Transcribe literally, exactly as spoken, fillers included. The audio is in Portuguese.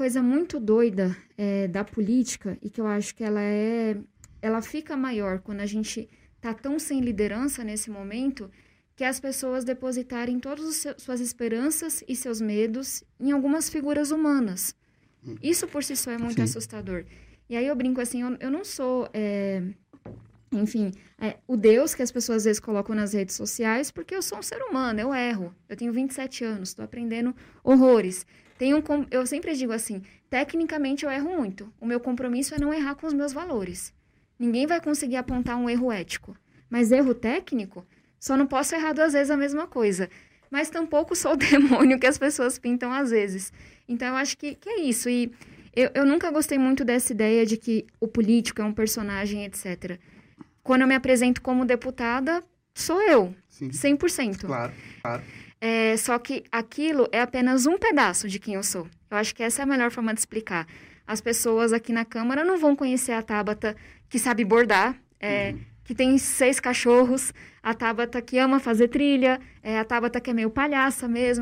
coisa muito doida é, da política e que eu acho que ela é, ela fica maior quando a gente tá tão sem liderança nesse momento, que é as pessoas depositarem todas as suas esperanças e seus medos em algumas figuras humanas. Isso por si só é muito Sim. assustador. E aí eu brinco assim, eu, eu não sou, é, enfim, é, o Deus que as pessoas às vezes colocam nas redes sociais, porque eu sou um ser humano, eu erro. Eu tenho vinte e sete anos, estou aprendendo horrores. Tenho, eu sempre digo assim, tecnicamente eu erro muito. O meu compromisso é não errar com os meus valores. Ninguém vai conseguir apontar um erro ético. Mas erro técnico, só não posso errar duas vezes a mesma coisa. Mas tampouco sou o demônio que as pessoas pintam às vezes. Então eu acho que, que é isso. E eu, eu nunca gostei muito dessa ideia de que o político é um personagem, etcétera. Quando eu me apresento como deputada, sou eu, Sim. cem por cento. Claro, claro. É, só que aquilo é apenas um pedaço de quem eu sou. Eu acho que essa é a melhor forma de explicar. As pessoas aqui na Câmara não vão conhecer a Tabata que sabe bordar, é, uhum. que tem seis cachorros, a Tabata que ama fazer trilha, é, a Tabata que é meio palhaça mesmo.